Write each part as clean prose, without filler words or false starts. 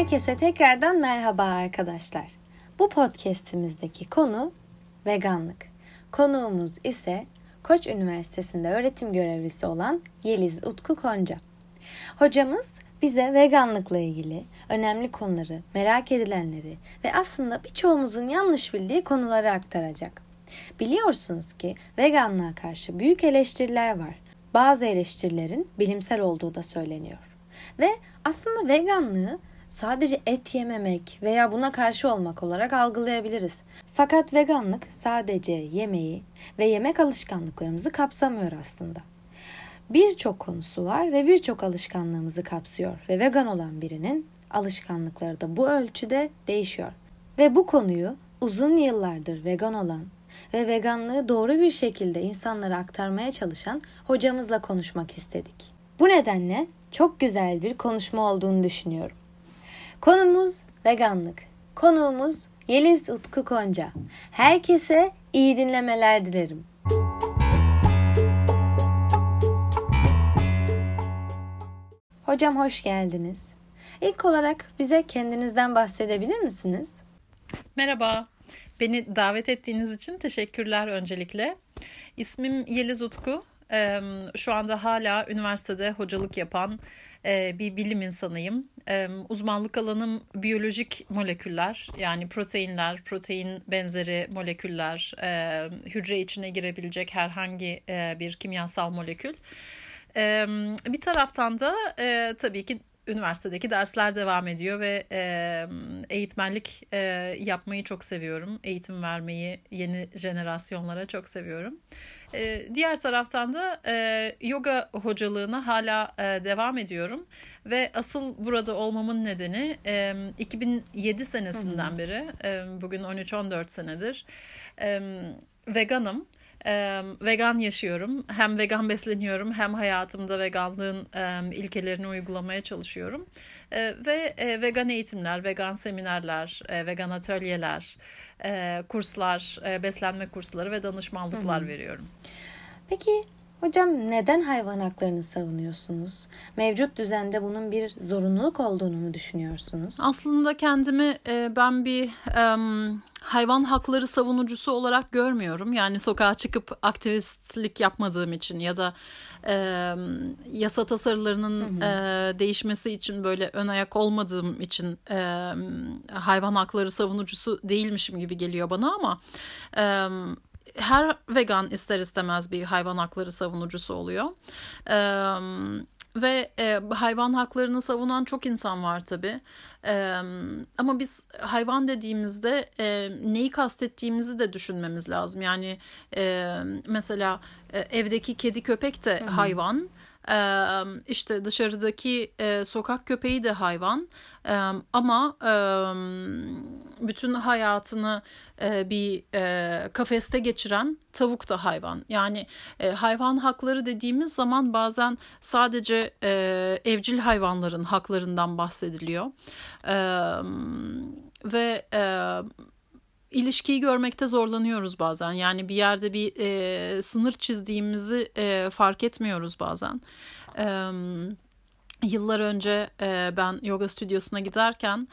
Herkese tekrardan merhaba arkadaşlar. Bu podcast'imizdeki konu veganlık. Konuğumuz ise Koç Üniversitesi'nde öğretim görevlisi olan Yeliz Utku Konca. Hocamız bize veganlıkla ilgili önemli konuları, merak edilenleri ve aslında birçoğumuzun yanlış bildiği konuları aktaracak. Biliyorsunuz ki veganlığa karşı büyük eleştiriler var. Bazı eleştirilerin bilimsel olduğu da söyleniyor. Ve aslında veganlığı sadece et yememek veya buna karşı olmak olarak algılayabiliriz. Fakat veganlık sadece yemeği ve yemek alışkanlıklarımızı kapsamıyor aslında. Birçok konusu var ve birçok alışkanlığımızı kapsıyor ve vegan olan birinin alışkanlıkları da bu ölçüde değişiyor. Ve bu konuyu uzun yıllardır vegan olan ve veganlığı doğru bir şekilde insanlara aktarmaya çalışan hocamızla konuşmak istedik. Bu nedenle çok güzel bir konuşma olduğunu düşünüyorum. Konumuz veganlık. Konuğumuz Yeliz Utku Konca. Herkese iyi dinlemeler dilerim. Hocam hoş geldiniz. İlk olarak bize kendinizden bahsedebilir misiniz? Merhaba, beni davet ettiğiniz için teşekkürler öncelikle. İsmim Yeliz Utku. Şu anda hala üniversitede hocalık yapan bir bilim insanıyım. Uzmanlık alanım biyolojik moleküller, yani proteinler, protein benzeri moleküller, hücre içine girebilecek herhangi bir kimyasal molekül. Bir taraftan da tabii ki üniversitedeki dersler devam ediyor ve eğitmenlik yapmayı çok seviyorum. Eğitim vermeyi yeni jenerasyonlara çok seviyorum. Diğer taraftan da yoga hocalığına hala devam ediyorum. Ve asıl burada olmamın nedeni 2007 senesinden beri, bugün 13-14 senedir veganım. Vegan yaşıyorum. Hem vegan besleniyorum hem hayatımda veganlığın ilkelerini uygulamaya çalışıyorum. Ve vegan eğitimler, vegan seminerler, vegan atölyeler, kurslar, beslenme kursları ve danışmanlıklar veriyorum. Peki hocam neden hayvan haklarını savunuyorsunuz? Mevcut düzende bunun bir zorunluluk olduğunu mu düşünüyorsunuz? Aslında kendimi ben bir hayvan hakları savunucusu olarak görmüyorum. Yani sokağa çıkıp aktivistlik yapmadığım için ya da yasa tasarılarının değişmesi için böyle ön ayak olmadığım için hayvan hakları savunucusu değilmişim gibi geliyor bana ama her vegan ister istemez bir hayvan hakları savunucusu oluyor. Ve hayvan haklarını savunan çok insan var tabii. Ama biz hayvan dediğimizde neyi kastettiğimizi de düşünmemiz lazım. Yani mesela evdeki kedi köpek de hayvan. İşte dışarıdaki sokak köpeği de hayvan. Ama bütün hayatını bir kafeste geçiren tavuk da hayvan. Yani hayvan hakları dediğimiz zaman bazen sadece evcil hayvanların haklarından bahsediliyor. Ve İlişkiyi görmekte zorlanıyoruz bazen. Yani bir yerde bir sınır çizdiğimizi fark etmiyoruz bazen. Yıllar önce ben yoga stüdyosuna giderken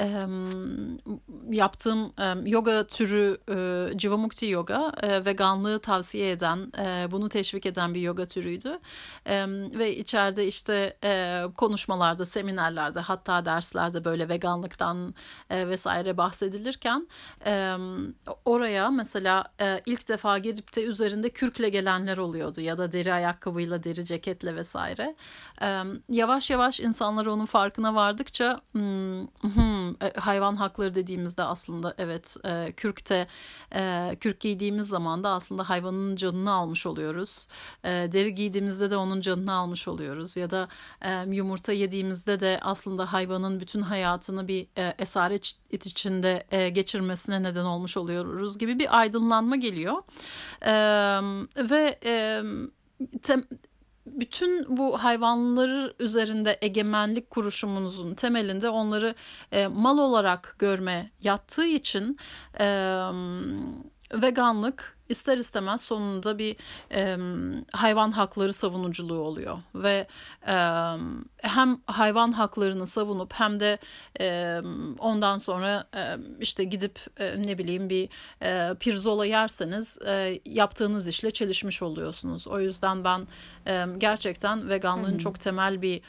yaptığım yoga türü Jivamukti yoga, veganlığı tavsiye eden, bunu teşvik eden bir yoga türüydü. Ve içeride işte konuşmalarda, seminerlerde, hatta derslerde böyle veganlıktan vesaire bahsedilirken oraya mesela ilk defa girip de üzerinde kürkle gelenler oluyordu ya da deri ayakkabıyla, deri ceketle vesaire. Yavaş yavaş insanlar onun farkına vardıkça hayvan hakları dediğimizde aslında evet kürk giydiğimiz zaman da aslında hayvanın canını almış oluyoruz. Deri giydiğimizde de onun canını almış oluyoruz. Ya da yumurta yediğimizde de aslında hayvanın bütün hayatını bir esaret içinde geçirmesine neden olmuş oluyoruz gibi bir aydınlanma geliyor. Ve bütün bu hayvanları üzerinde egemenlik kuruşumuzun temelinde onları mal olarak görme yattığı için veganlık ister istemez sonunda bir hayvan hakları savunuculuğu oluyor ve hem hayvan haklarını savunup hem de ondan sonra işte gidip ne bileyim bir pirzola yerseniz yaptığınız işle çelişmiş oluyorsunuz. O yüzden ben gerçekten veganlığın çok temel bir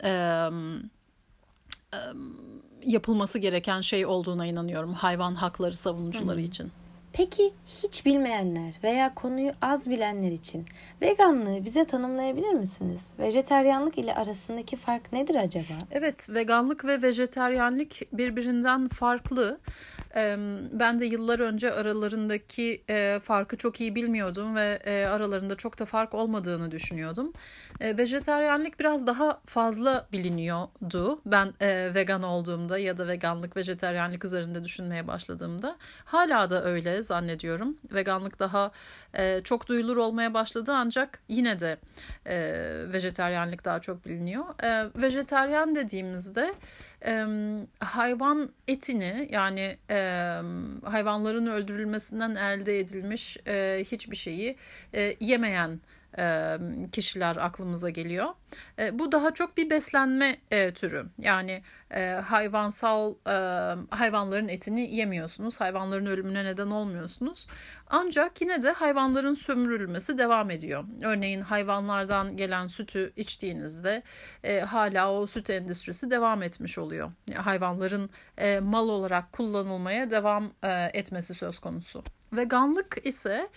yapılması gereken şey olduğuna inanıyorum hayvan hakları savunucuları için. Peki hiç bilmeyenler veya konuyu az bilenler için veganlığı bize tanımlayabilir misiniz? Vejetaryenlik ile arasındaki fark nedir acaba? Evet, veganlık ve vejetaryenlik birbirinden farklı. Ben de yıllar önce aralarındaki farkı çok iyi bilmiyordum ve aralarında çok da fark olmadığını düşünüyordum. Vejetaryenlik biraz daha fazla biliniyordu ben vegan olduğumda ya da veganlık, vejetaryenlik üzerinde düşünmeye başladığımda. Hala da öyle zannediyorum. Veganlık daha çok duyulur olmaya başladı ancak yine de vejetaryenlik daha çok biliniyor. Vejetaryen dediğimizde hayvan etini yani hayvanların öldürülmesinden elde edilmiş hiçbir şeyi yemeyen kişiler aklımıza geliyor. Bu daha çok bir beslenme türü. Yani hayvanların etini yemiyorsunuz. Hayvanların ölümüne neden olmuyorsunuz. Ancak yine de hayvanların sömürülmesi devam ediyor. Örneğin hayvanlardan gelen sütü içtiğinizde hala o süt endüstrisi devam etmiş oluyor. Hayvanların mal olarak kullanılmaya devam etmesi söz konusu. Veganlık ise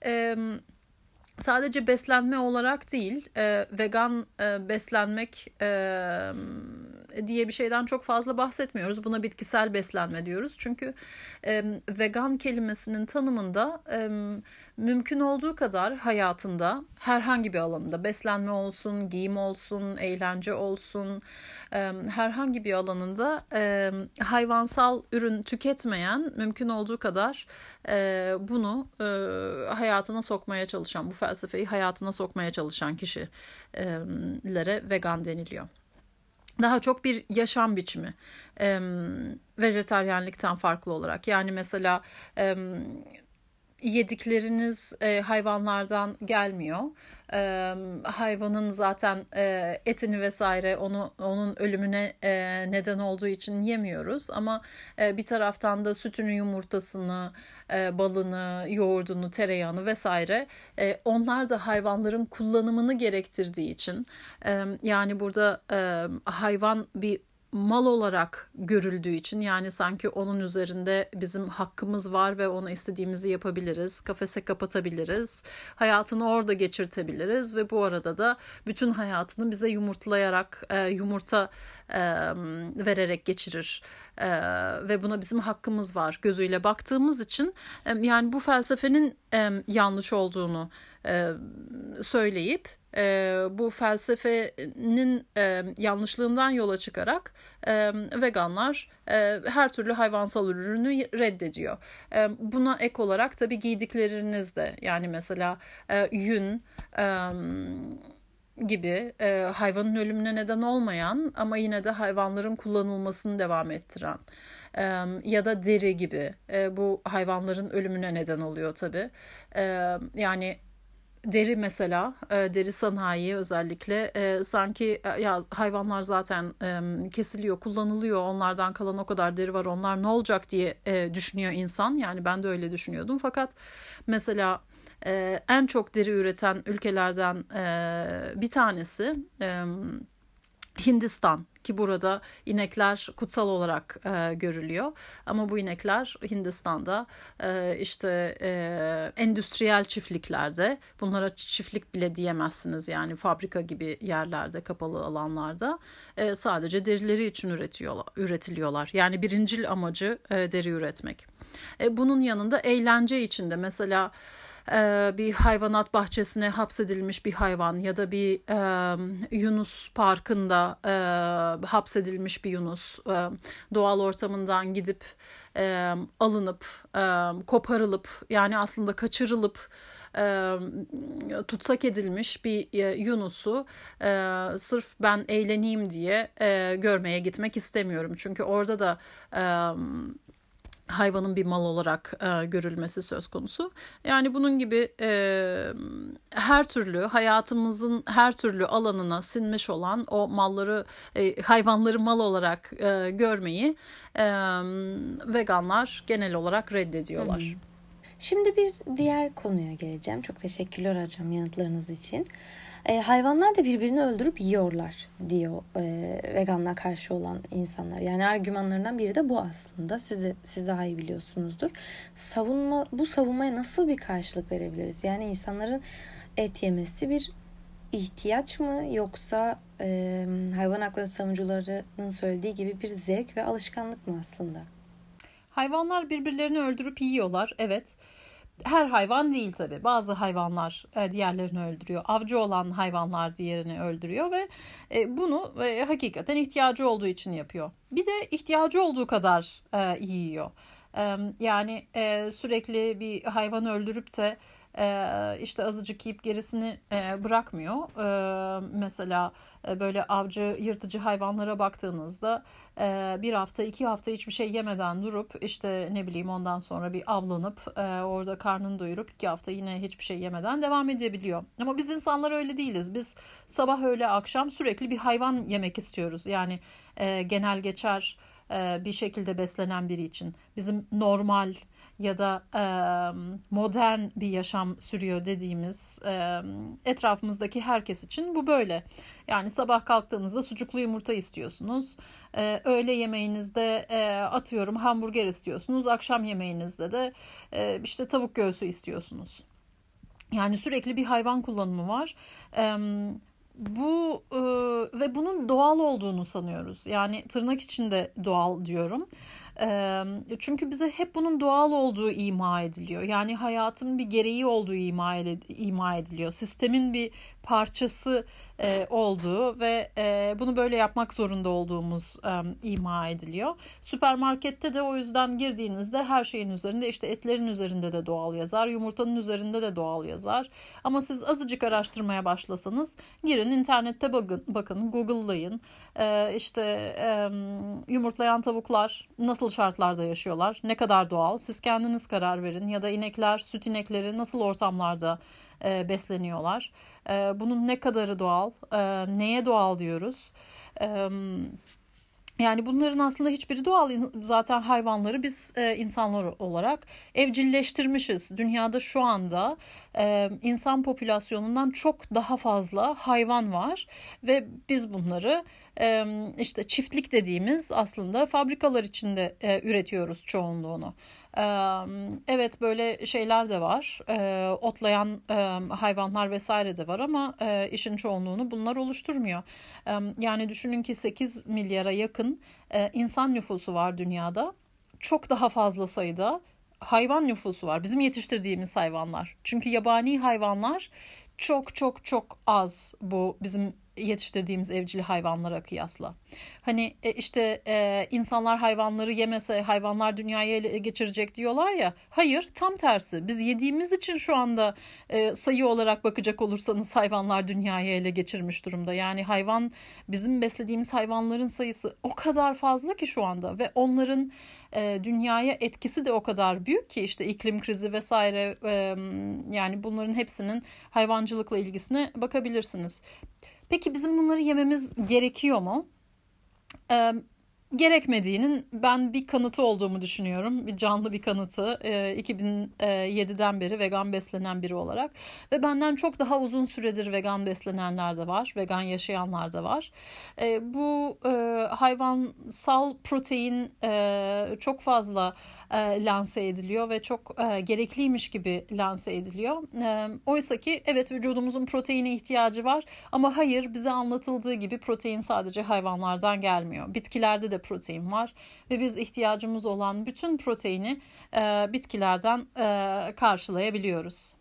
sadece beslenme olarak değil, vegan beslenmek diye bir şeyden çok fazla bahsetmiyoruz. Buna bitkisel beslenme diyoruz. Çünkü vegan kelimesinin tanımında mümkün olduğu kadar hayatında herhangi bir alanında beslenme olsun, giyim olsun, eğlence olsun, herhangi bir alanında hayvansal ürün tüketmeyen mümkün olduğu kadar bunu hayatına sokmaya çalışan, bu felsefeyi hayatına sokmaya çalışan kişilere vegan deniliyor. Daha çok bir yaşam biçimi vejetaryenlikten farklı olarak. Yani mesela yedikleriniz hayvanlardan gelmiyor. Hayvanın zaten etini vesaire onun ölümüne neden olduğu için yemiyoruz. Ama bir taraftan da sütünü, yumurtasını, balını, yoğurdunu, tereyağını vesaire onlar da hayvanların kullanımını gerektirdiği için yani burada hayvan bir mal olarak görüldüğü için yani sanki onun üzerinde bizim hakkımız var ve ona istediğimizi yapabiliriz, kafese kapatabiliriz, hayatını orada geçirtebiliriz ve bu arada da bütün hayatını bize yumurtlayarak, yumurta vererek geçirir ve buna bizim hakkımız var gözüyle baktığımız için yani bu felsefenin yanlış olduğunu söyleyip bu felsefenin yanlışlığından yola çıkarak veganlar her türlü hayvansal ürünü reddediyor. Buna ek olarak tabii giydiklerinizde de yani mesela yün gibi hayvanın ölümüne neden olmayan ama yine de hayvanların kullanılmasını devam ettiren ya da deri gibi bu hayvanların ölümüne neden oluyor tabii. Yani deri mesela, deri sanayi özellikle sanki ya hayvanlar zaten kesiliyor, kullanılıyor, onlardan kalan o kadar deri var, onlar ne olacak diye düşünüyor insan. Yani ben de öyle düşünüyordum. Fakat mesela en çok deri üreten ülkelerden bir tanesi Hindistan ki burada inekler kutsal olarak görülüyor. Ama bu inekler Hindistan'da endüstriyel çiftliklerde, bunlara çiftlik bile diyemezsiniz yani fabrika gibi yerlerde, kapalı alanlarda sadece derileri için üretiliyorlar. Yani birincil amacı deri üretmek. Bunun yanında eğlence içinde mesela bir hayvanat bahçesine hapsedilmiş bir hayvan ya da bir yunus parkında hapsedilmiş bir yunus doğal ortamından gidip alınıp koparılıp yani aslında kaçırılıp tutsak edilmiş bir yunusu sırf ben eğleneyim diye görmeye gitmek istemiyorum. Çünkü orada da hayvanın bir mal olarak görülmesi söz konusu. Yani bunun gibi her türlü hayatımızın her türlü alanına sinmiş olan o malları, hayvanları mal olarak görmeyi veganlar genel olarak reddediyorlar. Şimdi bir diğer konuya geleceğim. Çok teşekkürler hocam yanıtlarınız için. Hayvanlar da birbirini öldürüp yiyorlar diyor veganlığa karşı olan insanlar. Yani argümanlarından biri de bu aslında. Siz daha iyi biliyorsunuzdur. Bu savunmaya nasıl bir karşılık verebiliriz? Yani insanların et yemesi bir ihtiyaç mı, yoksa hayvan hakları savunucularının söylediği gibi bir zevk ve alışkanlık mı aslında? Hayvanlar birbirlerini öldürüp yiyorlar, evet. Her hayvan değil tabii. Bazı hayvanlar diğerlerini öldürüyor. Avcı olan hayvanlar diğerini öldürüyor ve bunu hakikaten ihtiyacı olduğu için yapıyor. Bir de ihtiyacı olduğu kadar yiyor. Yani sürekli bir hayvan öldürüp de işte azıcık yiyip gerisini bırakmıyor. Mesela böyle avcı, yırtıcı hayvanlara baktığınızda bir hafta, 2 hafta hiçbir şey yemeden durup işte ne bileyim ondan sonra bir avlanıp orada karnını doyurup 2 hafta yine hiçbir şey yemeden devam edebiliyor. Ama biz insanlar öyle değiliz. Biz sabah, öğle, akşam sürekli bir hayvan yemek istiyoruz. Yani genel geçer bir şekilde beslenen biri için. Bizim normal ya da modern bir yaşam sürüyor dediğimiz etrafımızdaki herkes için bu böyle. Yani sabah kalktığınızda sucuklu yumurta istiyorsunuz. Öğle yemeğinizde atıyorum hamburger istiyorsunuz. Akşam yemeğinizde de işte tavuk göğsü istiyorsunuz. Yani sürekli bir hayvan kullanımı var. Bu ve bunun doğal olduğunu sanıyoruz. Yani tırnak içinde doğal diyorum. Çünkü bize hep bunun doğal olduğu ima ediliyor. Yani hayatın bir gereği olduğu ima ediliyor. Sistemin bir parçası olduğu ve bunu böyle yapmak zorunda olduğumuz ima ediliyor. Süpermarkette de o yüzden girdiğinizde her şeyin üzerinde, işte etlerin üzerinde de doğal yazar, yumurtanın üzerinde de doğal yazar. Ama siz azıcık araştırmaya başlasanız, girin internette bakın, Google'layın. İşte yumurtlayan tavuklar nasıl şartlarda yaşıyorlar, ne kadar doğal, siz kendiniz karar verin. Ya da inekler, süt inekleri nasıl ortamlarda besleniyorlar. Bunun ne kadarı doğal, neye doğal diyoruz. Yani bunların aslında hiçbiri doğal. Zaten hayvanları biz insanlar olarak evcilleştirmişiz. Dünyada şu anda insan popülasyonundan çok daha fazla hayvan var ve biz bunları işte çiftlik dediğimiz aslında fabrikalar içinde üretiyoruz çoğunluğunu. Evet, böyle şeyler de var. Otlayan hayvanlar vesaire de var ama işin çoğunluğunu bunlar oluşturmuyor. Yani düşünün ki 8 milyara yakın insan nüfusu var dünyada. Çok daha fazla sayıda hayvan nüfusu var. Bizim yetiştirdiğimiz hayvanlar. Çünkü yabani hayvanlar çok çok çok az bu bizim yetiştirdiğimiz evcil hayvanlara kıyasla. Hani işte insanlar hayvanları yemese hayvanlar dünyayı ele geçirecek diyorlar ya. Hayır, tam tersi. Biz yediğimiz için şu anda sayı olarak bakacak olursanız hayvanlar dünyayı ele geçirmiş durumda. Yani bizim beslediğimiz hayvanların sayısı o kadar fazla ki şu anda ve onların dünyaya etkisi de o kadar büyük ki, işte iklim krizi vesaire, yani bunların hepsinin hayvancılıkla ilgisine bakabilirsiniz. Peki bizim bunları yememiz gerekiyor mu? Gerekmediğinin ben bir kanıtı olduğumu düşünüyorum. Bir canlı bir kanıtı. 2007'den beri vegan beslenen biri olarak. Ve benden çok daha uzun süredir vegan beslenenler de var. Vegan yaşayanlar da var. Bu hayvansal protein çok fazla lanse ediliyor ve çok gerekliymiş gibi lanse ediliyor. Oysa ki evet, vücudumuzun proteine ihtiyacı var ama hayır, bize anlatıldığı gibi protein sadece hayvanlardan gelmiyor. Bitkilerde de protein var ve biz ihtiyacımız olan bütün proteini bitkilerden karşılayabiliyoruz.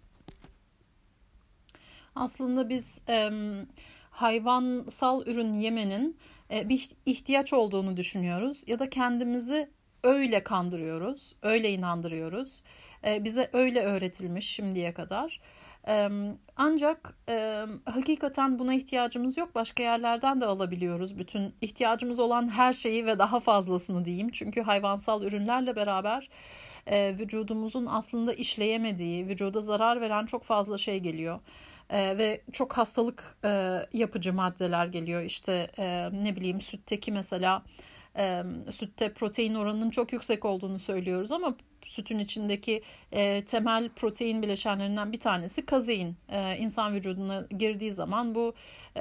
Aslında biz hayvansal ürün yemenin bir ihtiyaç olduğunu düşünüyoruz ya da kendimizi öyle kandırıyoruz, öyle inandırıyoruz. Bize öyle öğretilmiş şimdiye kadar. Ancak hakikaten buna ihtiyacımız yok. Başka yerlerden de alabiliyoruz. Bütün ihtiyacımız olan her şeyi ve daha fazlasını diyeyim. Çünkü hayvansal ürünlerle beraber vücudumuzun aslında işleyemediği, vücuda zarar veren çok fazla şey geliyor. Ve çok hastalık yapıcı maddeler geliyor. İşte ne bileyim sütteki mesela sütte protein oranının çok yüksek olduğunu söylüyoruz ama sütün içindeki temel protein bileşenlerinden bir tanesi kazein. İnsan vücuduna girdiği zaman bu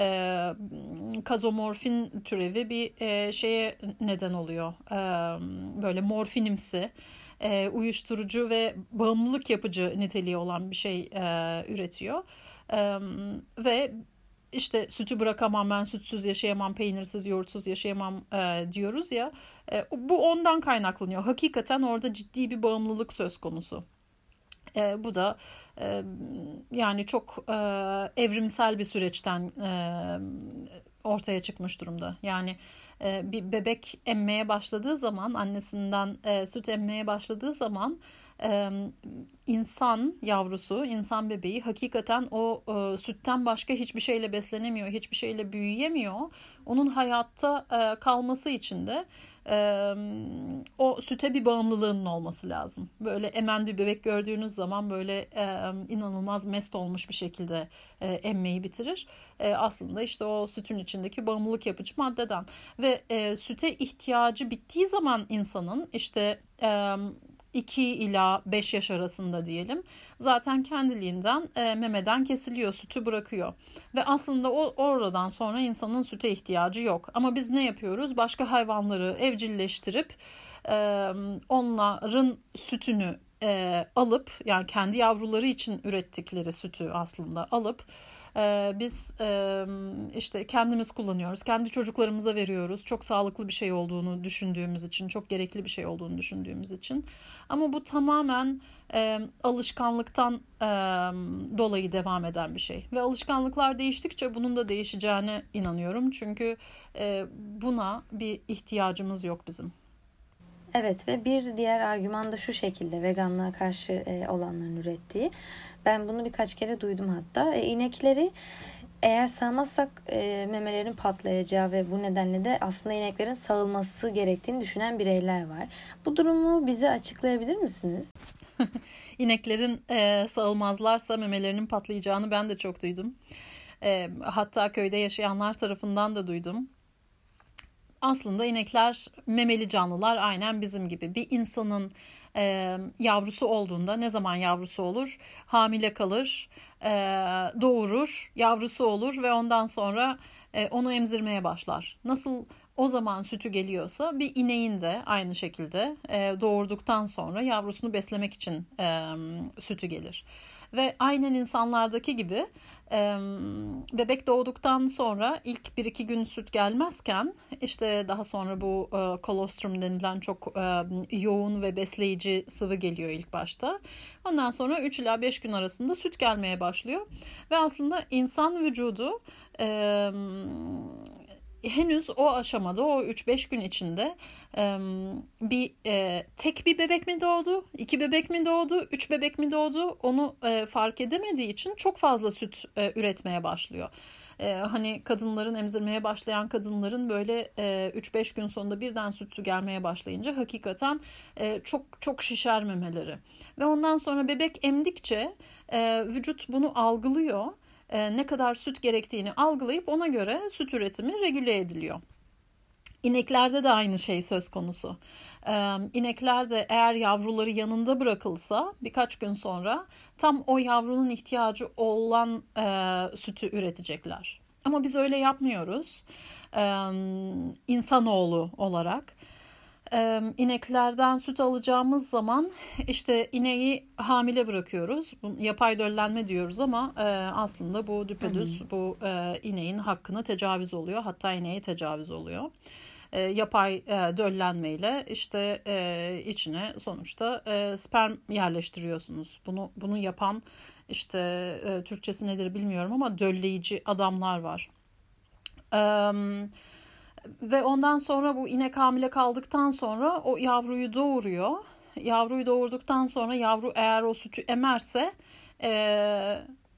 kazomorfin türevi bir şeye neden oluyor. Böyle morfinimsi, uyuşturucu ve bağımlılık yapıcı niteliği olan bir şey üretiyor. Ve işte sütü bırakamam, ben sütsüz yaşayamam, peynirsiz, yoğurtsuz yaşayamam diyoruz ya. Bu ondan kaynaklanıyor. Hakikaten orada ciddi bir bağımlılık söz konusu. Bu da yani çok evrimsel bir süreçten ortaya çıkmış durumda. Yani bir bebek emmeye başladığı zaman, annesinden süt emmeye başladığı zaman insan yavrusu, insan bebeği hakikaten o sütten başka hiçbir şeyle beslenemiyor, hiçbir şeyle büyüyemiyor. Onun hayatta kalması için de o süte bir bağımlılığının olması lazım. Böyle emen bir bebek gördüğünüz zaman böyle inanılmaz mest olmuş bir şekilde emmeyi bitirir. Aslında işte o sütün içindeki bağımlılık yapıcı maddeden. Ve süte ihtiyacı bittiği zaman insanın işte 2 ila 5 yaş arasında diyelim, zaten kendiliğinden memeden kesiliyor, sütü bırakıyor. Ve aslında oradan sonra insanın süte ihtiyacı yok. Ama biz ne yapıyoruz? Başka hayvanları evcilleştirip onların sütünü alıp, yani kendi yavruları için ürettikleri sütü aslında alıp biz işte kendimiz kullanıyoruz. Kendi çocuklarımıza veriyoruz. Çok sağlıklı bir şey olduğunu düşündüğümüz için, çok gerekli bir şey olduğunu düşündüğümüz için. Ama bu tamamen alışkanlıktan dolayı devam eden bir şey. Ve alışkanlıklar değiştikçe bunun da değişeceğine inanıyorum. Çünkü buna bir ihtiyacımız yok bizim. Evet, ve bir diğer argüman da şu şekilde veganlığa karşı olanların ürettiği. Ben bunu birkaç kere duydum hatta. İnekleri eğer sağmazsak memelerin patlayacağı ve bu nedenle de aslında ineklerin sağılması gerektiğini düşünen bireyler var. Bu durumu bize açıklayabilir misiniz? İneklerin sağılmazlarsa memelerinin patlayacağını ben de çok duydum. Hatta köyde yaşayanlar tarafından da duydum. Aslında inekler memeli canlılar, aynen bizim gibi. Bir insanın yavrusu olduğunda, ne zaman yavrusu olur? Hamile kalır, doğurur, yavrusu olur ve ondan sonra onu emzirmeye başlar. Nasıl o zaman sütü geliyorsa bir ineğin de aynı şekilde doğurduktan sonra yavrusunu beslemek için sütü gelir. Ve aynen insanlardaki gibi bebek doğduktan sonra ilk 1-2 gün süt gelmezken işte daha sonra bu kolostrum denilen çok yoğun ve besleyici sıvı geliyor ilk başta. Ondan sonra 3 ila 5 gün arasında süt gelmeye başlıyor. Ve aslında insan vücudu henüz o aşamada, o 3-5 gün içinde tek bir bebek mi doğdu, 2 bebek mi doğdu, 3 bebek mi doğdu, onu fark edemediği için çok fazla süt üretmeye başlıyor. Hani kadınların, emzirmeye başlayan kadınların böyle 3-5 gün sonunda birden sütü gelmeye başlayınca hakikaten çok çok şişer memeleri. Ve ondan sonra bebek emdikçe vücut bunu algılıyor. Ne kadar süt gerektiğini algılayıp ona göre süt üretimi regüle ediliyor. İneklerde de aynı şey söz konusu. İnekler de eğer yavruları yanında bırakılsa birkaç gün sonra tam o yavrunun ihtiyacı olan sütü üretecekler. Ama biz öyle yapmıyoruz insanoğlu olarak. İneklerden süt alacağımız zaman işte ineği hamile bırakıyoruz. Yapay döllenme diyoruz ama aslında bu düpedüz bu ineğin hakkına tecavüz oluyor. Hatta ineğe tecavüz oluyor. Yapay döllenmeyle işte içine sonuçta sperm yerleştiriyorsunuz. Bunu yapan işte Türkçesi nedir bilmiyorum ama dölleyici adamlar var. Ve ondan sonra bu inek hamile kaldıktan sonra o yavruyu doğuruyor. Yavruyu doğurduktan sonra yavru eğer o sütü emerse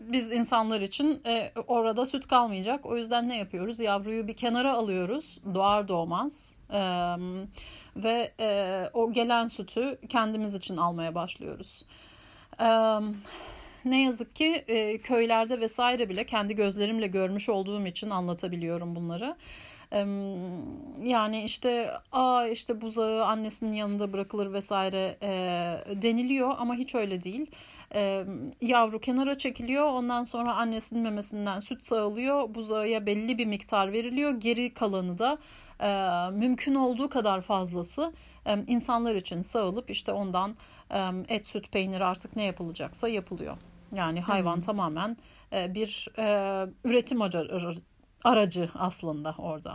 biz insanlar için orada süt kalmayacak. O yüzden ne yapıyoruz? Yavruyu bir kenara alıyoruz doğar doğmaz ve o gelen sütü kendimiz için almaya başlıyoruz. Ne yazık ki köylerde vesaire bile kendi gözlerimle görmüş olduğum için anlatabiliyorum bunları. Yani işte buzağı annesinin yanında bırakılır vesaire deniliyor ama hiç öyle değil. Yavru kenara çekiliyor, ondan sonra annesinin memesinden süt sağılıyor, buzağıya belli bir miktar veriliyor, geri kalanı da mümkün olduğu kadar fazlası insanlar için sağılıp işte ondan et, süt, peynir artık ne yapılacaksa yapılıyor. Yani hayvan tamamen bir üretim aracı aslında orada.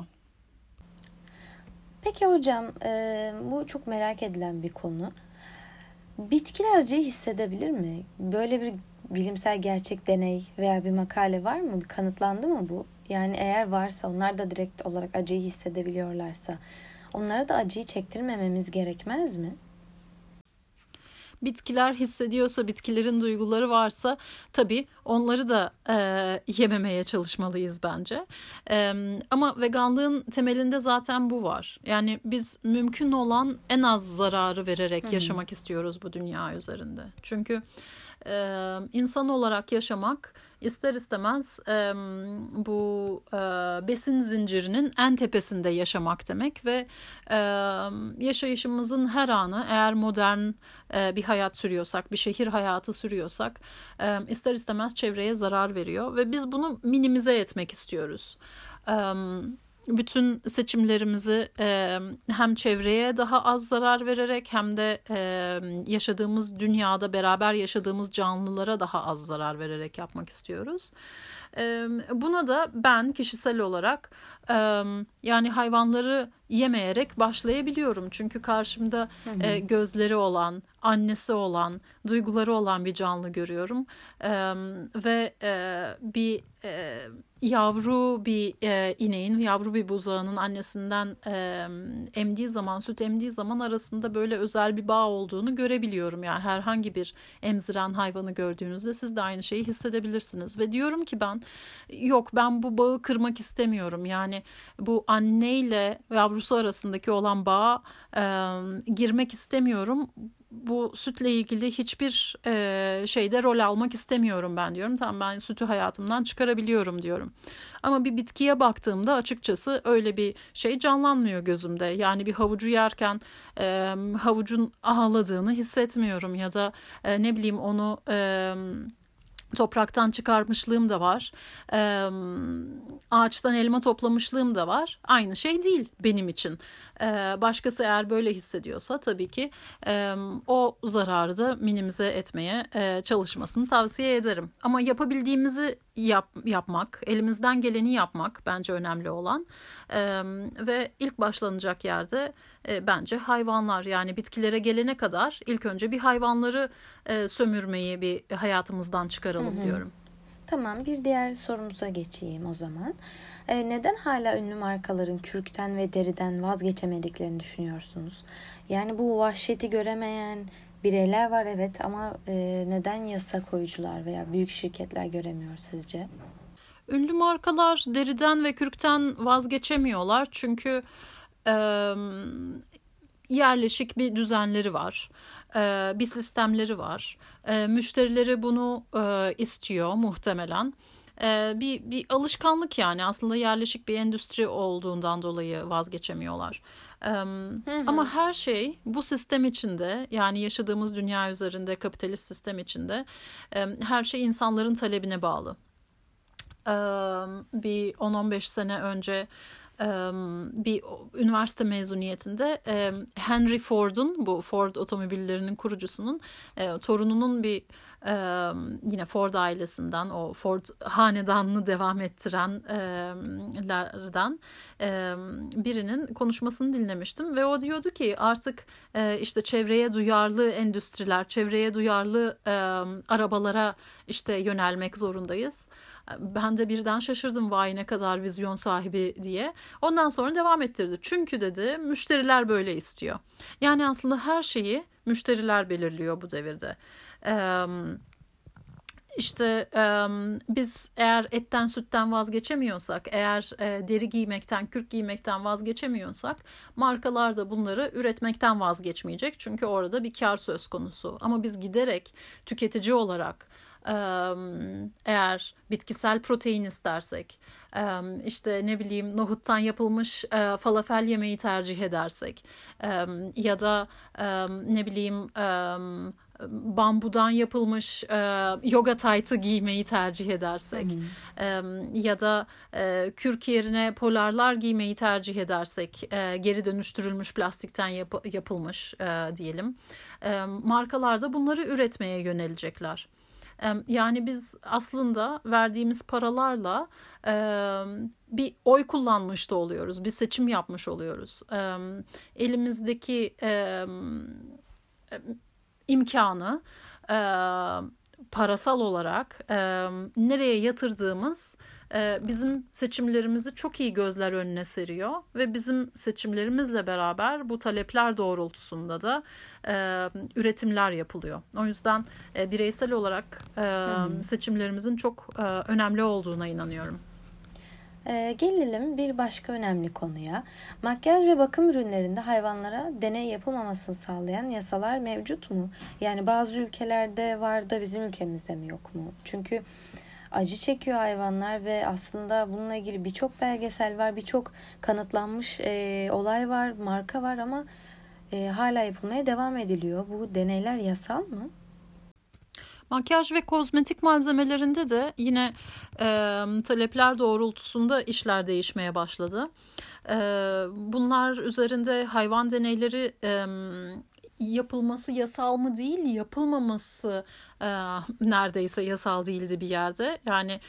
Peki hocam, bu çok merak edilen bir konu. Bitkiler acıyı hissedebilir mi? Böyle bir bilimsel gerçek deney veya bir makale var mı? Bir kanıtlandı mı bu? Yani eğer varsa, onlar da direkt olarak acıyı hissedebiliyorlarsa, onlara da acıyı çektirmememiz gerekmez mi? Bitkiler hissediyorsa, bitkilerin duyguları varsa tabii onları da yememeye çalışmalıyız bence. Ama veganlığın temelinde zaten bu var. Yani biz mümkün olan en az zararı vererek yaşamak istiyoruz bu dünya üzerinde. Çünkü insan olarak yaşamak ister istemez bu besin zincirinin en tepesinde yaşamak demek ve yaşayışımızın her anı eğer modern bir hayat sürüyorsak, bir şehir hayatı sürüyorsak ister istemez çevreye zarar veriyor ve biz bunu minimize etmek istiyoruz. Bütün seçimlerimizi hem çevreye daha az zarar vererek hem de yaşadığımız dünyada beraber yaşadığımız canlılara daha az zarar vererek yapmak istiyoruz. Buna da ben kişisel olarak yani hayvanları yemeyerek başlayabiliyorum. Çünkü karşımda gözleri olan, annesi olan, duyguları olan bir canlı görüyorum. Ve bir yavru bir ineğin, yavru bir buzağının annesinden emdiği zaman, süt emdiği zaman arasında böyle özel bir bağ olduğunu görebiliyorum. Yani herhangi bir emziren hayvanı gördüğünüzde siz de aynı şeyi hissedebilirsiniz. Ve diyorum ki ben bu bağı kırmak istemiyorum. Yani bu anneyle yavrusu arasındaki olan bağa girmek istemiyorum. Bu sütle ilgili hiçbir şeyde rol almak istemiyorum ben diyorum. Tamam, ben sütü hayatımdan çıkarabiliyorum diyorum. Ama bir bitkiye baktığımda açıkçası öyle bir şey canlanmıyor gözümde. Yani bir havucu yerken havucun ağladığını hissetmiyorum ya da ne bileyim onu topraktan çıkarmışlığım da var. Ağaçtan elma toplamışlığım da var. Aynı şey değil benim için. Başkası eğer böyle hissediyorsa tabii ki o zararı da minimize etmeye çalışmasını tavsiye ederim. Ama yapabildiğimizi yapmak, elimizden geleni yapmak bence önemli olan. Ve ilk başlanacak yerde bence hayvanlar, yani bitkilere gelene kadar ilk önce bir hayvanları sömürmeyi bir hayatımızdan çıkaralım diyorum. Tamam, bir diğer sorumuza geçeyim o zaman. Neden hala ünlü markaların kürkten ve deriden vazgeçemediklerini düşünüyorsunuz? Yani bu vahşeti göremeyen bireyler var evet, ama neden yasa koyucular veya büyük şirketler göremiyor sizce? Ünlü markalar deriden ve kürkten vazgeçemiyorlar çünkü yerleşik bir düzenleri var, bir sistemleri var. Müşterileri bunu istiyor muhtemelen. Bir alışkanlık, yani aslında yerleşik bir endüstri olduğundan dolayı vazgeçemiyorlar. Ama her şey bu sistem içinde, yani yaşadığımız dünya üzerinde kapitalist sistem içinde her şey insanların talebine bağlı. Bir 10-15 sene önce bir üniversite mezuniyetinde Henry Ford'un, bu Ford otomobillerinin kurucusunun torununun bir yine Ford ailesinden, o Ford hanedanını devam ettirenlerden birinin konuşmasını dinlemiştim ve o diyordu ki artık işte çevreye duyarlı endüstriler, çevreye duyarlı arabalara işte yönelmek zorundayız. Ben de birden şaşırdım, vay ne kadar vizyon sahibi diye. Ondan sonra devam ettirdi. Çünkü dedi müşteriler böyle istiyor. Yani aslında her şeyi müşteriler belirliyor bu devirde. İşte biz eğer etten sütten vazgeçemiyorsak, eğer deri giymekten, kürk giymekten vazgeçemiyorsak markalar da bunları üretmekten vazgeçmeyecek. Çünkü orada bir kar söz konusu. Ama biz giderek tüketici olarak eğer bitkisel protein istersek, işte ne bileyim nohuttan yapılmış falafel yemeği tercih edersek ya da ne bileyim bambudan yapılmış yoga taytı giymeyi tercih edersek ya da kürk yerine polarlar giymeyi tercih edersek, geri dönüştürülmüş plastikten yapılmış diyelim, markalar da bunları üretmeye yönelecekler. Yani biz aslında verdiğimiz paralarla bir oy kullanmış da oluyoruz, bir seçim yapmış oluyoruz. Elimizdeki imkanı parasal olarak nereye yatırdığımız bizim seçimlerimizi çok iyi gözler önüne seriyor ve bizim seçimlerimizle beraber bu talepler doğrultusunda da üretimler yapılıyor. O yüzden bireysel olarak seçimlerimizin çok önemli olduğuna inanıyorum. Gelelim bir başka önemli konuya. Makyaj ve bakım ürünlerinde hayvanlara deney yapılmamasını sağlayan yasalar mevcut mu? Yani bazı ülkelerde var da bizim ülkemizde mi yok mu? Çünkü acı çekiyor hayvanlar ve aslında bununla ilgili birçok belgesel var, birçok kanıtlanmış olay var, marka var ama hala yapılmaya devam ediliyor. Bu deneyler yasal mı? Makyaj ve kozmetik malzemelerinde de yine talepler doğrultusunda işler değişmeye başladı. Bunlar üzerinde hayvan deneyleri yapılması yasal mı değil, yapılmaması neredeyse yasal değildi bir yerde. Yani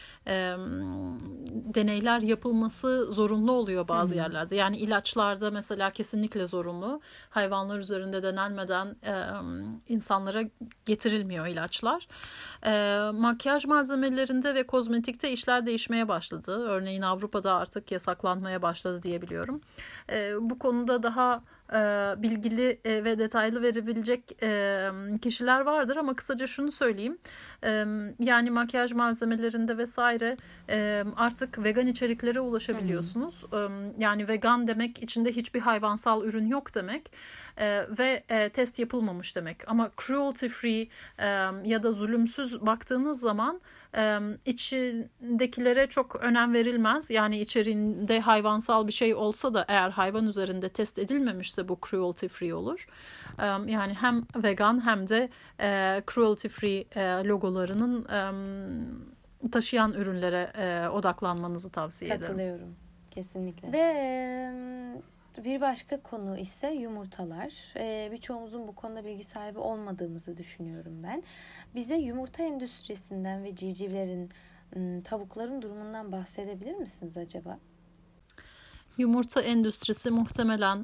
deneyler yapılması zorunlu oluyor bazı yerlerde. Yani ilaçlarda mesela kesinlikle zorunlu. Hayvanlar üzerinde denenmeden insanlara getirilmiyor ilaçlar. Makyaj malzemelerinde ve kozmetikte işler değişmeye başladı. Örneğin Avrupa'da artık yasaklanmaya başladı diye biliyorum. Bu konuda daha bilgili ve detaylı verebilecek kişiler vardır ama kısaca şunu söyleyeyim. Yani makyaj malzemelerinde vesaire artık vegan içeriklere ulaşabiliyorsunuz. Yani vegan demek içinde hiçbir hayvansal ürün yok demek ve test yapılmamış demek. Ama cruelty free ya da zulümsüz baktığınız zaman içindekilere çok önem verilmez. Yani içeriğinde hayvansal bir şey olsa da eğer hayvan üzerinde test edilmemişse bu cruelty free olur. Yani hem vegan hem de cruelty free logolarının taşıyan ürünlere odaklanmanızı tavsiye ederim. Katılıyorum. Kesinlikle. Ve bir başka konu ise yumurtalar. Birçoğumuzun bu konuda bilgi sahibi olmadığımızı düşünüyorum ben. Bize yumurta endüstrisinden ve civcivlerin, tavukların durumundan bahsedebilir misiniz acaba? Yumurta endüstrisi muhtemelen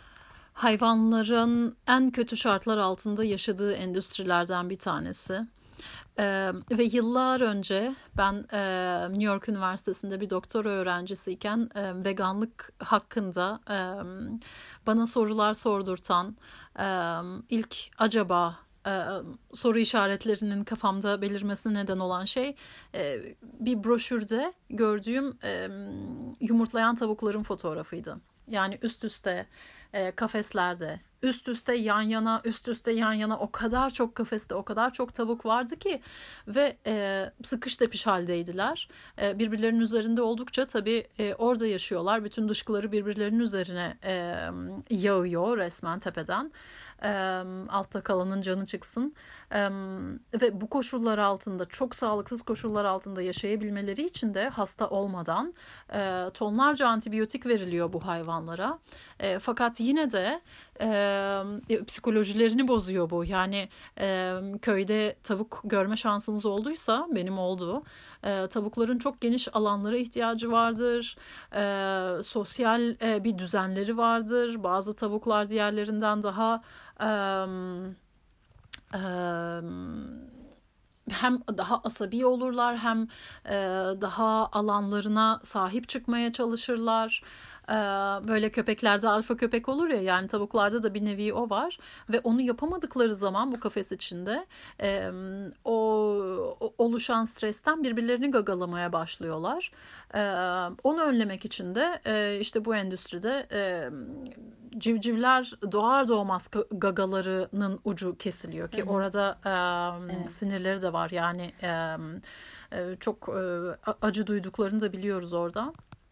hayvanların en kötü şartlar altında yaşadığı endüstrilerden bir tanesi. Ve yıllar önce ben New York Üniversitesi'nde bir doktora öğrencisiyken veganlık hakkında bana sorular sordurtan ilk acaba soru işaretlerinin kafamda belirmesine neden olan şey bir broşürde gördüğüm yumurtlayan tavukların fotoğrafıydı. Yani üst üste kafeslerde, üst üste yan yana o kadar çok kafeste, o kadar çok tavuk vardı ki ve sıkış tepiş haldeydiler. Birbirlerinin üzerinde oldukça tabii orada yaşıyorlar. Bütün dışkıları birbirlerinin üzerine yağıyor resmen tepeden. Altta kalanın canı çıksın. Ve bu koşullar altında, çok sağlıksız koşullar altında yaşayabilmeleri için de hasta olmadan tonlarca antibiyotik veriliyor bu hayvanlara. Fakat yine de psikolojilerini bozuyor bu. Yani köyde tavuk görme şansınız olduysa, benim oldu. Tavukların çok geniş alanlara ihtiyacı vardır. Sosyal bir düzenleri vardır. Bazı tavuklar diğerlerinden daha hem daha asabi olurlar, hem daha alanlarına sahip çıkmaya çalışırlar. Böyle köpeklerde alfa köpek olur ya, yani tavuklarda da bir nevi o var ve onu yapamadıkları zaman bu kafes içinde o oluşan stresten birbirlerini gagalamaya başlıyorlar. Onu önlemek için de işte bu endüstride civcivler doğar doğmaz gagalarının ucu kesiliyor ki orada evet, sinirleri de var, yani çok acı duyduklarını da biliyoruz orada.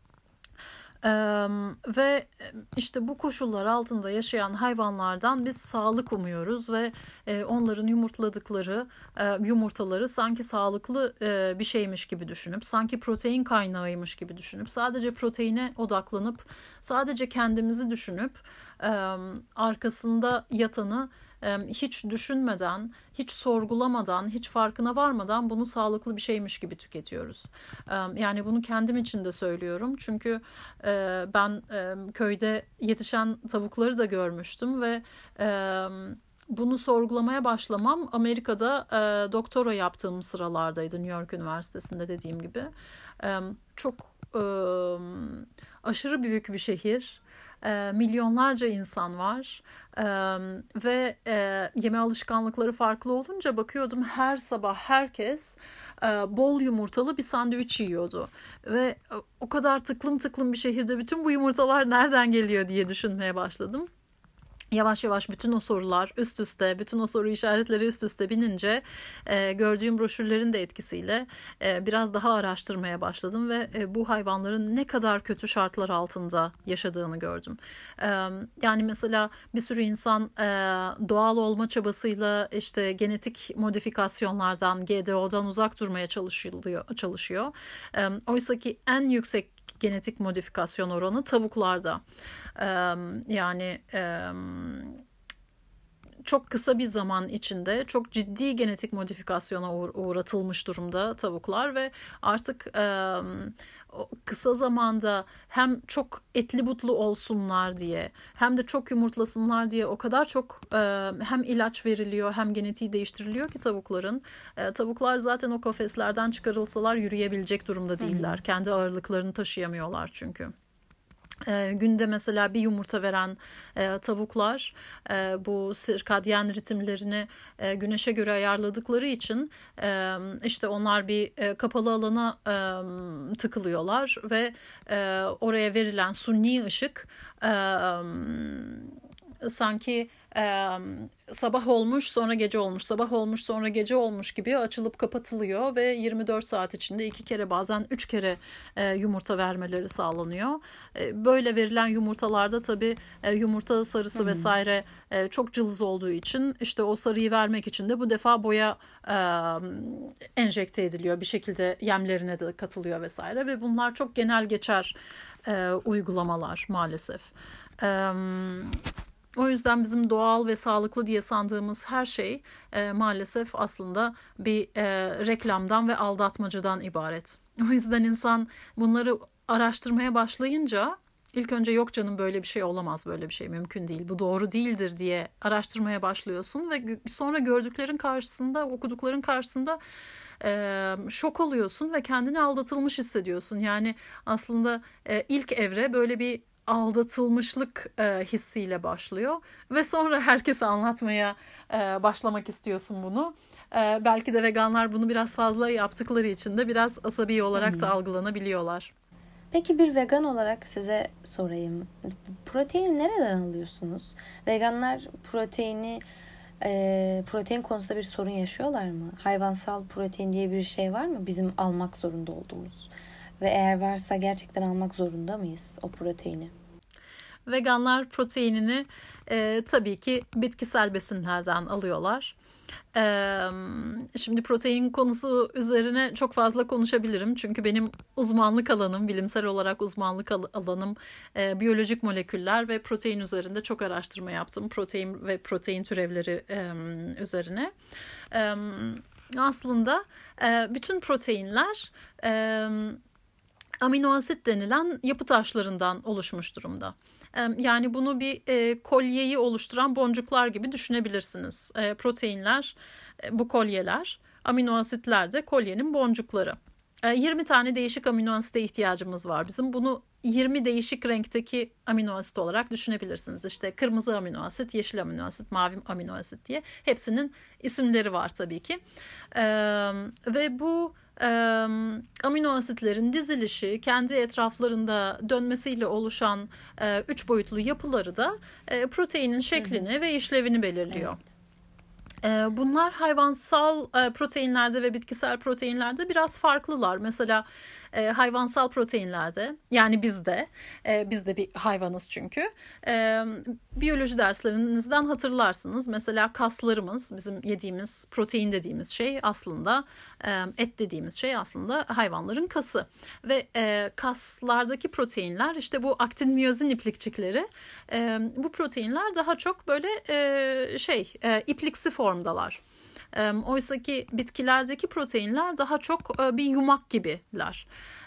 Ve işte bu koşullar altında yaşayan hayvanlardan biz sağlık umuyoruz ve onların yumurtladıkları yumurtaları sanki sağlıklı bir şeymiş gibi düşünüp, sanki protein kaynağıymış gibi düşünüp, sadece proteine odaklanıp, sadece kendimizi düşünüp arkasında yatanı hiç düşünmeden, hiç sorgulamadan, hiç farkına varmadan bunu sağlıklı bir şeymiş gibi tüketiyoruz. Yani bunu kendim için de söylüyorum. Çünkü ben köyde yetişen tavukları da görmüştüm ve bunu sorgulamaya başlamam Amerika'da doktora yaptığım sıralardaydı, New York Üniversitesi'nde dediğim gibi. Çok aşırı büyük bir şehir. Milyonlarca insan var ve yeme alışkanlıkları farklı olunca bakıyordum, her sabah herkes bol yumurtalı bir sandviç yiyordu ve o kadar tıklım tıklım bir şehirde bütün bu yumurtalar nereden geliyor diye düşünmeye başladım. Yavaş yavaş bütün o sorular üst üste, bütün o soru işaretleri üst üste binince gördüğüm broşürlerin de etkisiyle biraz daha araştırmaya başladım ve bu hayvanların ne kadar kötü şartlar altında yaşadığını gördüm. Yani mesela bir sürü insan doğal olma çabasıyla işte genetik modifikasyonlardan, GDO'dan uzak durmaya çalışıyor. Oysa ki en yüksek genetik modifikasyon oranı tavuklarda. Yani çok kısa bir zaman içinde çok ciddi genetik modifikasyona uğratılmış durumda tavuklar ve artık kısa zamanda hem çok etli butlu olsunlar diye hem de çok yumurtlasınlar diye o kadar çok hem ilaç veriliyor hem genetiği değiştiriliyor ki tavukların. Tavuklar zaten o kafeslerden çıkarılsalar yürüyebilecek durumda değiller. Kendi ağırlıklarını taşıyamıyorlar çünkü. Günde mesela bir yumurta veren tavuklar bu sirkadyen ritimlerini güneşe göre ayarladıkları için işte onlar bir kapalı alana tıkılıyorlar ve oraya verilen suni ışık sanki sabah olmuş sonra gece olmuş, sabah olmuş sonra gece olmuş gibi açılıp kapatılıyor ve 24 saat içinde 2 kere bazen 3 kere yumurta vermeleri sağlanıyor. Böyle verilen yumurtalarda tabii yumurta sarısı vesaire çok cılız olduğu için işte o sarıyı vermek için de bu defa boya enjekte ediliyor. Bir şekilde yemlerine de katılıyor vesaire ve bunlar çok genel geçer uygulamalar maalesef. O yüzden bizim doğal ve sağlıklı diye sandığımız her şey maalesef aslında bir reklamdan ve aldatmacadan ibaret. O yüzden insan bunları araştırmaya başlayınca ilk önce yok canım böyle bir şey olamaz, böyle bir şey mümkün değil, bu doğru değildir diye araştırmaya başlıyorsun ve sonra gördüklerin karşısında, okudukların karşısında şok oluyorsun ve kendini aldatılmış hissediyorsun. Yani aslında ilk evre böyle bir aldatılmışlık hissiyle başlıyor ve sonra herkese anlatmaya başlamak istiyorsun bunu. Belki de veganlar bunu biraz fazla yaptıkları için de biraz asabi olarak da algılanabiliyorlar. Peki bir vegan olarak size sorayım. Proteini nereden alıyorsunuz? Veganlar protein konusunda bir sorun yaşıyorlar mı? Hayvansal protein diye bir şey var mı bizim almak zorunda olduğumuz? Ve eğer varsa gerçekten almak zorunda mıyız o proteini? Veganlar proteinini tabii ki bitkisel besinlerden alıyorlar. Şimdi protein konusu üzerine çok fazla konuşabilirim. Çünkü benim uzmanlık alanım, bilimsel olarak uzmanlık alanım biyolojik moleküller ve protein üzerinde çok araştırma yaptım. Protein ve protein türevleri üzerine. Aslında bütün proteinler amino asit denilen yapı taşlarından oluşmuş durumda. Yani bunu bir kolyeyi oluşturan boncuklar gibi düşünebilirsiniz. Proteinler bu kolyeler. amino asitler de kolyenin boncukları. 20 tane değişik amino asite ihtiyacımız var bizim. Bunu 20 değişik renkteki amino asit olarak düşünebilirsiniz. İşte kırmızı amino asit, yeşil amino asit, mavi amino asit diye. Hepsinin isimleri var tabii ki. Ve bu amino asitlerin dizilişi, kendi etraflarında dönmesiyle oluşan 3 boyutlu yapıları da proteinin şeklini ve işlevini belirliyor. Evet. Bunlar hayvansal proteinlerde ve bitkisel proteinlerde biraz farklılar. Mesela hayvansal proteinlerde, yani biz de bir hayvanız çünkü. Biyoloji derslerinizden hatırlarsınız. Mesela kaslarımız, bizim yediğimiz protein dediğimiz şey aslında, et dediğimiz şey aslında hayvanların kası. Ve kaslardaki proteinler, işte bu aktin miyozin iplikçikleri, bu proteinler daha çok böyle ipliksi formdalar. Oysa ki bitkilerdeki proteinler daha çok bir yumak gibiler.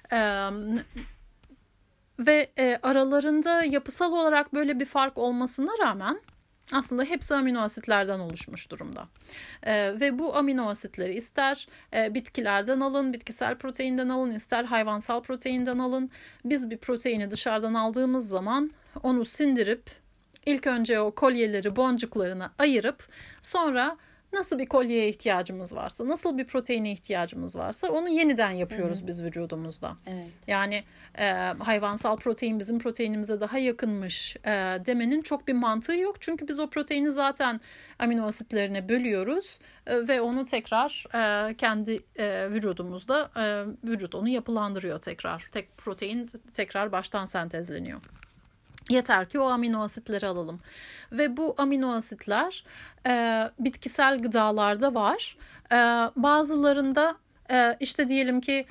Ve aralarında yapısal olarak böyle bir fark olmasına rağmen aslında hepsi amino asitlerden oluşmuş durumda. Ve bu amino asitleri ister bitkilerden alın, bitkisel proteinden alın, ister hayvansal proteinden alın. Biz bir proteini dışarıdan aldığımız zaman onu sindirip ilk önce o kolyeleri boncuklarına ayırıp sonra nasıl bir kolyeye ihtiyacımız varsa, nasıl bir proteine ihtiyacımız varsa onu yeniden yapıyoruz biz vücudumuzda. Evet. Yani hayvansal protein bizim proteinimize daha yakınmış demenin çok bir mantığı yok. Çünkü biz o proteini zaten amino asitlerine bölüyoruz ve onu tekrar kendi vücudumuzda vücut onu yapılandırıyor tekrar. Protein tekrar baştan sentezleniyor. Yeter ki o amino asitleri alalım. Ve bu amino asitler bitkisel gıdalarda var. Bazılarında işte diyelim ki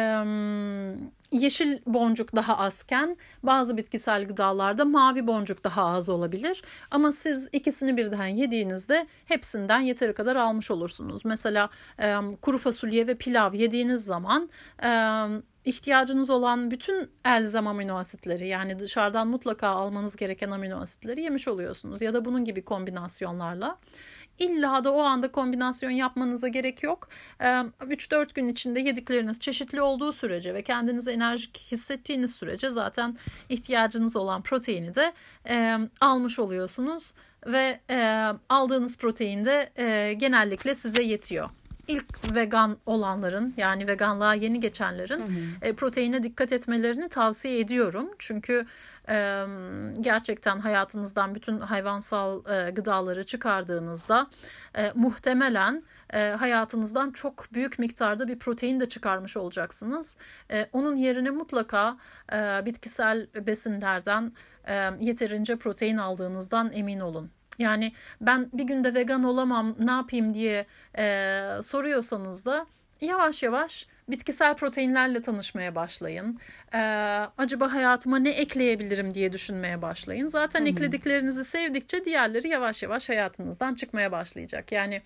yeşil boncuk daha azken bazı bitkisel gıdalarda mavi boncuk daha az olabilir. Ama siz ikisini birden yediğinizde hepsinden yeteri kadar almış olursunuz. Mesela kuru fasulye ve pilav yediğiniz zaman ihtiyacınız olan bütün elzem amino asitleri, yani dışarıdan mutlaka almanız gereken amino asitleri yemiş oluyorsunuz. Ya da bunun gibi kombinasyonlarla. İlla da o anda kombinasyon yapmanıza gerek yok. 3-4 gün içinde yedikleriniz çeşitli olduğu sürece ve kendinizi enerjik hissettiğiniz sürece zaten ihtiyacınız olan proteini de almış oluyorsunuz. Ve aldığınız protein de genellikle size yetiyor. İlk vegan olanların, yani veganlığa yeni geçenlerin proteine dikkat etmelerini tavsiye ediyorum. Çünkü gerçekten hayatınızdan bütün hayvansal gıdaları çıkardığınızda muhtemelen hayatınızdan çok büyük miktarda bir protein de çıkarmış olacaksınız. Onun yerine mutlaka bitkisel besinlerden yeterince protein aldığınızdan emin olun. Yani ben bir günde vegan olamam, ne yapayım diye soruyorsanız da yavaş yavaş bitkisel proteinlerle tanışmaya başlayın. Acaba hayatıma ne ekleyebilirim diye düşünmeye başlayın. Zaten eklediklerinizi sevdikçe diğerleri yavaş yavaş hayatınızdan çıkmaya başlayacak. Yani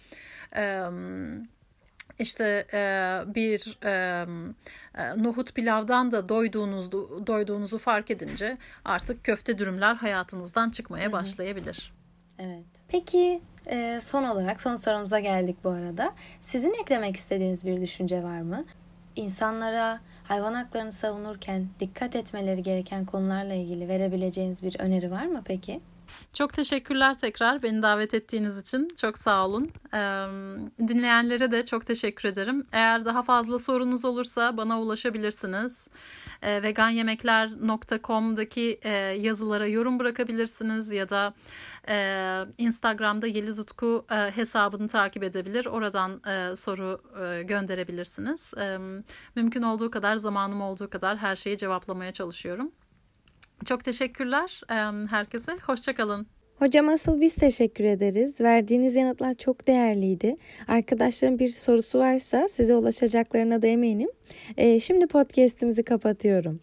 İşte bir nohut pilavdan da doyduğunuzu fark edince artık köfte dürümler hayatınızdan çıkmaya başlayabilir. Evet. Peki son olarak son sorumuza geldik bu arada. Sizin eklemek istediğiniz bir düşünce var mı? İnsanlara hayvan haklarını savunurken dikkat etmeleri gereken konularla ilgili verebileceğiniz bir öneri var mı peki? Çok teşekkürler tekrar beni davet ettiğiniz için. Çok sağ olun. Dinleyenlere de çok teşekkür ederim. Eğer daha fazla sorunuz olursa bana ulaşabilirsiniz. veganyemekler.com'daki yazılara yorum bırakabilirsiniz ya da Instagram'da Yeliz Utku hesabını takip edebilir. Oradan soru gönderebilirsiniz. Mümkün olduğu kadar, zamanım olduğu kadar her şeyi cevaplamaya çalışıyorum. Çok teşekkürler herkese. Hoşça kalın. Hocam asıl biz teşekkür ederiz. Verdiğiniz yanıtlar çok değerliydi. Arkadaşların bir sorusu varsa size ulaşacaklarına da eminim. Şimdi podcast'imizi kapatıyorum.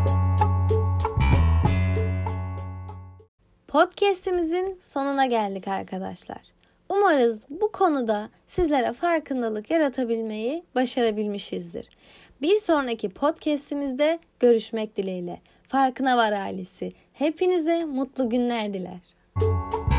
Podcast'imizin sonuna geldik arkadaşlar. Umarız bu konuda sizlere farkındalık yaratabilmeyi başarabilmişizdir. Bir sonraki podcast'imizde görüşmek dileğiyle. Farkına Var ailesi. Hepinize mutlu günler diler.